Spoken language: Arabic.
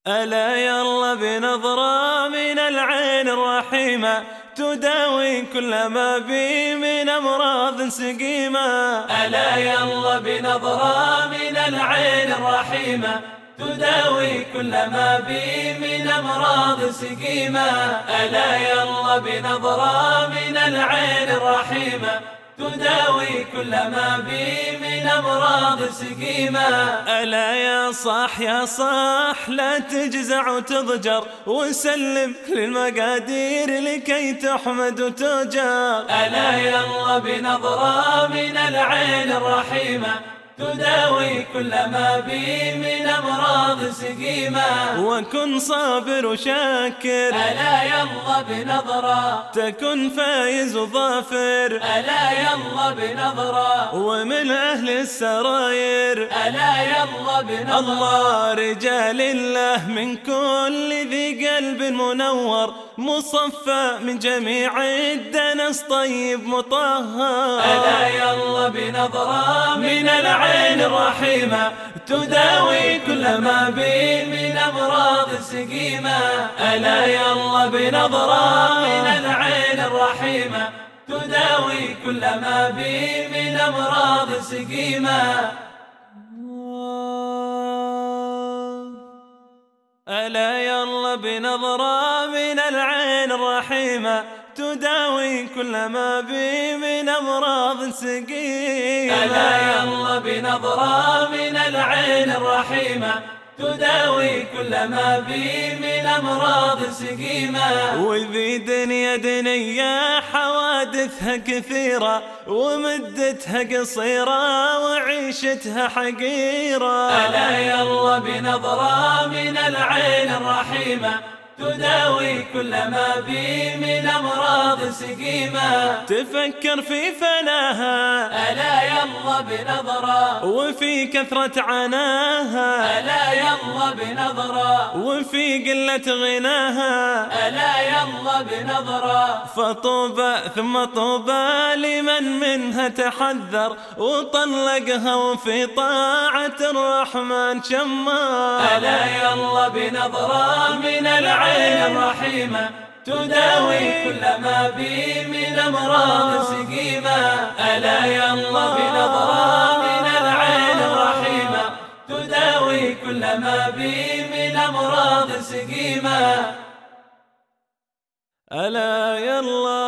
ألا يلا بنظرة من العين الرحيمة تداوي كل ما بي من أمراض سقيمة. ألا يلا بنظرة من العين الرحيمة تداوي كل ما بي من أمراض سقيمة. ألا يلا بنظرة من العين الرحيمة تداوي كل ما بي من أمراض سقيمة. ألا يا صاح لا تجزع وتضجر وسلم للمقادير لكي تحمد وتجر. ألا يلا بنظرة من العين الرحيمة تداوي كل ما بي من أمراض سقيمة. وكن صابر وشاكر ألا يلا بنظرة تكن فايز وظافر. ألا يلا بنظرة ومن أهل السراير ألا يلا بنظرة الله رجال الله من كل ذي قلب منور مصفى من جميع الدنس طيب مطهر. ألا يلا بنظرة من العين الرحيمة تداوي كل ما بي من أمراض سقيمة. ألا يلا بنظرة من العين الرحيمة تداوي كل ما بي من أمراض سقيمة. ألا يلا بنظرة من العين الرحيمة تداوي كل ما بي من أمراض سقيمة. ألا يلا بنظرة من العين الرحيمة تداوي كل ما بي من أمراض سقيمة. وذي دنيا حوادثها كثيرة ومدتها قصيرة وعيشتها حقيرة. ألا يلا بنظرة من العين الرحيمة تداوي كل ما بي من أمراض سقيمة. تفكر في فناها ألا يلا بنظرة وفي كثرة عناها. ألا يلا بنظرة وفي قلة غناها. ألا يلا بنظرة فطوبى ثم طوبى لمن منها تحذر وطلقها وفي طاعة الرحمن شمار. ألا يلا بنظرة من العين الرحيمة تداوي كل ما بي من أمراض سقيمة. ألا يلا بنظرة من العين الرحيمة تداوي كل ما بي من أمراض سقيمة. ألا يلا